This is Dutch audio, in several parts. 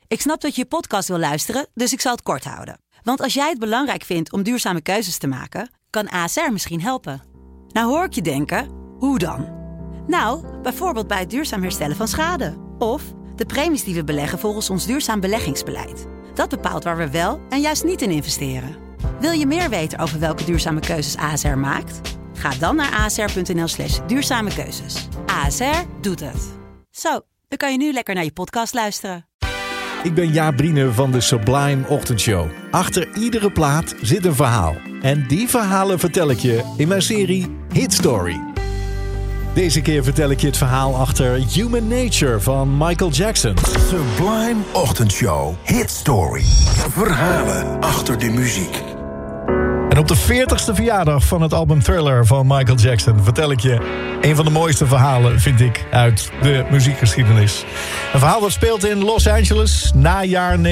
Ik snap dat je podcast wil luisteren, dus ik zal het kort houden. Want als jij het belangrijk vindt om duurzame keuzes te maken, kan ASR misschien helpen. Nou hoor ik je denken, hoe dan? Nou, bijvoorbeeld bij het duurzaam herstellen van schade. Of de premies die we beleggen volgens ons duurzaam beleggingsbeleid. Dat bepaalt waar we wel en juist niet in investeren. Wil je meer weten over welke duurzame keuzes ASR maakt? Ga dan naar asr.nl/duurzame keuzes. ASR doet het. Zo, dan kan je nu lekker naar je podcast luisteren. Ik ben Jaap Briene van de Sublime Ochtendshow. Achter iedere plaat zit een verhaal. En die verhalen vertel ik je in mijn serie Hit Story. Deze keer vertel ik je het verhaal achter Human Nature van Michael Jackson. Sublime Ochtendshow Hit Story. Verhalen achter de muziek. En op de 40ste verjaardag van het album Thriller van Michael Jackson vertel ik je een van de mooiste verhalen, vind ik, uit de muziekgeschiedenis. Een verhaal dat speelt in Los Angeles, najaar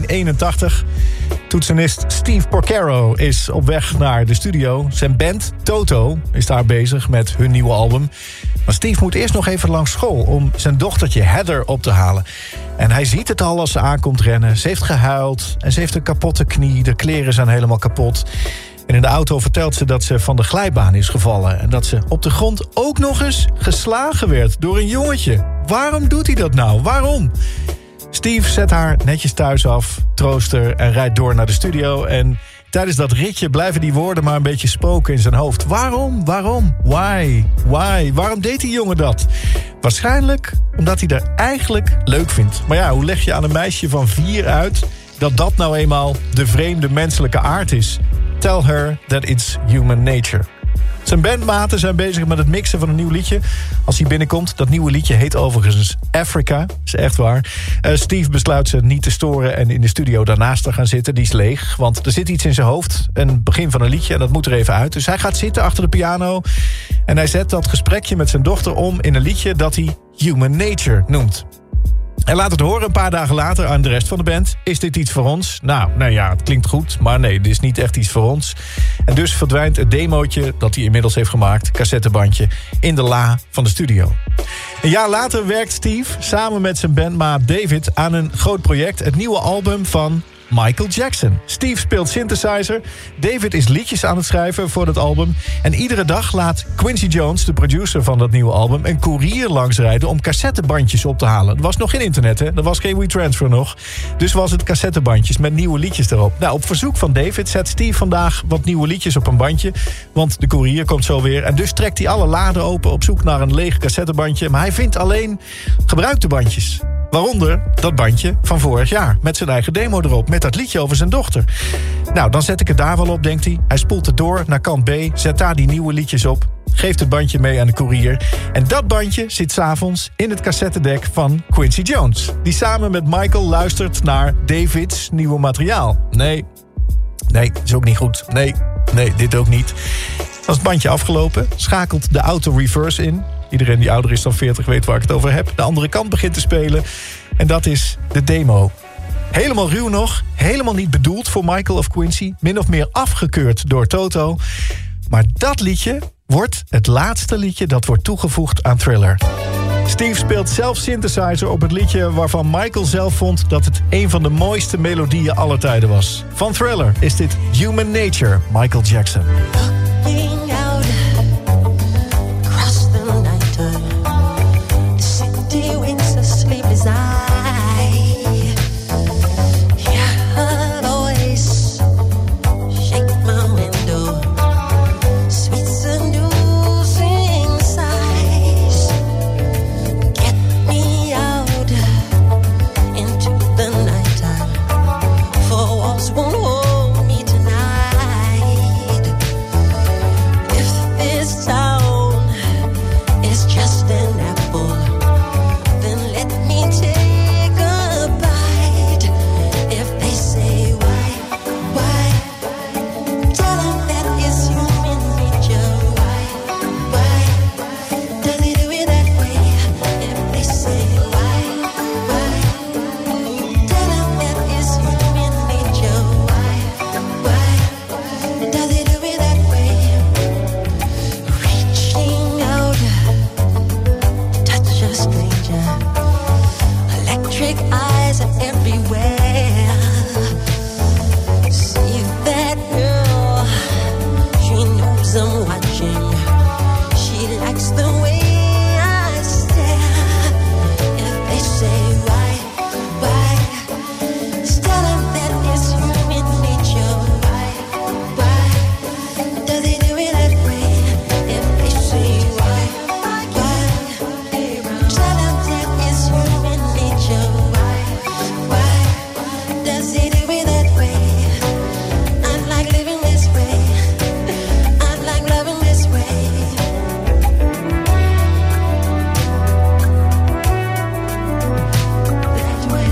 1981. Toetsenist Steve Porcaro is op weg naar de studio. Zijn band, Toto, is daar bezig met hun nieuwe album. Maar Steve moet eerst nog even langs school om zijn dochtertje Heather op te halen. En hij ziet het al als ze aankomt rennen. Ze heeft gehuild en ze heeft een kapotte knie. De kleren zijn helemaal kapot. En in de auto vertelt ze dat ze van de glijbaan is gevallen. En dat ze op de grond ook nog eens geslagen werd door een jongetje. Waarom doet hij dat nou? Waarom? Steve zet haar netjes thuis af, troost haar en rijdt door naar de studio. En tijdens dat ritje blijven die woorden maar een beetje spoken in zijn hoofd. Waarom? Waarom? Why? Why? Waarom deed die jongen dat? Waarschijnlijk omdat hij er eigenlijk leuk vindt. Maar ja, hoe leg je aan een meisje van 4 uit dat dat nou eenmaal de vreemde menselijke aard is? Tell her that it's human nature. Zijn bandmaten zijn bezig met het mixen van een nieuw liedje. Als hij binnenkomt, dat nieuwe liedje heet overigens Africa. Is echt waar. Steve besluit ze niet te storen en in de studio daarnaast te gaan zitten. Die is leeg, want er zit iets in zijn hoofd. Een begin van een liedje en dat moet er even uit. Dus hij gaat zitten achter de piano. En hij zet dat gesprekje met zijn dochter om in een liedje dat hij Human Nature noemt. Hij laat het horen een paar dagen later aan de rest van de band. Is dit iets voor ons? Nou ja, het klinkt goed, maar nee, dit is niet echt iets voor ons. En dus verdwijnt het demootje dat hij inmiddels heeft gemaakt, cassettebandje, in de la van de studio. Een jaar later werkt Steve samen met zijn bandmaat David aan een groot project, het nieuwe album van Michael Jackson. Steve speelt synthesizer, David is liedjes aan het schrijven voor het album. En iedere dag laat Quincy Jones, de producer van dat nieuwe album, een koerier langsrijden om cassettebandjes op te halen. Er was nog geen internet, hè? Er was geen WeTransfer nog. Dus was het cassettebandjes met nieuwe liedjes erop. Nou, op verzoek van David zet Steve vandaag wat nieuwe liedjes op een bandje. Want de koerier komt zo weer. En dus trekt hij alle laden open op zoek naar een leeg cassettebandje. Maar hij vindt alleen gebruikte bandjes. Waaronder dat bandje van vorig jaar, met zijn eigen demo erop, met dat liedje over zijn dochter. Nou, dan zet ik het daar wel op, denkt hij. Hij spoelt het door naar kant B, zet daar die nieuwe liedjes op, geeft het bandje mee aan de koerier. En dat bandje zit 's avonds in het cassettedek van Quincy Jones, die samen met Michael luistert naar David's nieuwe materiaal. Nee, is ook niet goed. Nee, dit ook niet. Als het bandje afgelopen, schakelt de auto reverse in. Iedereen die ouder is dan 40 weet waar ik het over heb. De andere kant begint te spelen. En dat is de demo. Helemaal ruw nog. Helemaal niet bedoeld voor Michael of Quincy. Min of meer afgekeurd door Toto. Maar dat liedje wordt het laatste liedje dat wordt toegevoegd aan Thriller. Steve speelt zelf synthesizer op het liedje waarvan Michael zelf vond dat het een van de mooiste melodieën aller tijden was. Van Thriller is dit Human Nature, Michael Jackson. everywhere. See that girl, she knows I'm watching. She likes the way I stare. If they say why, tell them that it's human nature. Why does he do it that way? If they say why, tell them that it's human nature. Why does he do it that way? I like living this way. I like loving this way. That way.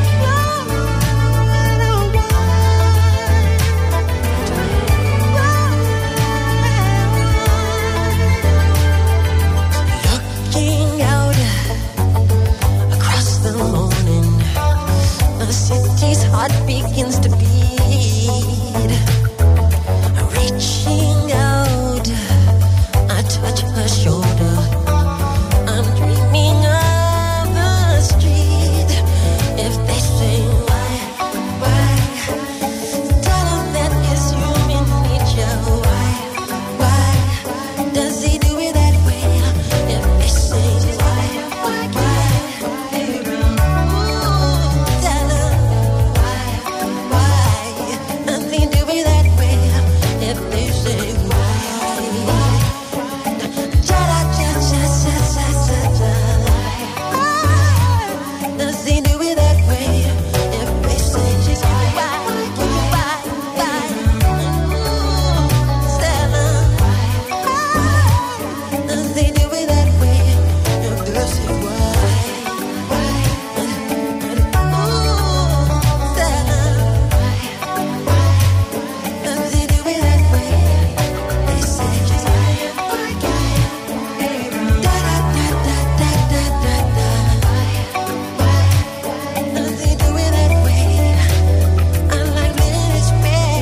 Looking out across the morning, the city's heart begins to beat. Reaching out, I touch her shoulder. I'm dreaming of the street. If they say why, tell them that it's human nature. Why does he do it that way? If they say why, tell them why does he do it that way? If they say why, does he do it that way? If they say why, tell them does he do it that way? If they say why, tell them does he do it that way? They say does he do it that way? I like living this way.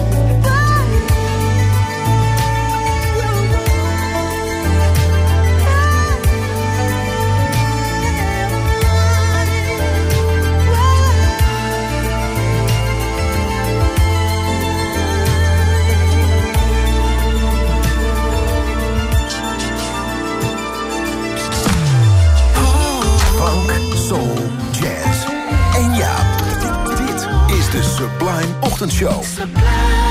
Funk, soul, jazz. En ja, dit is de Sublime Ochtendshow. Sublime.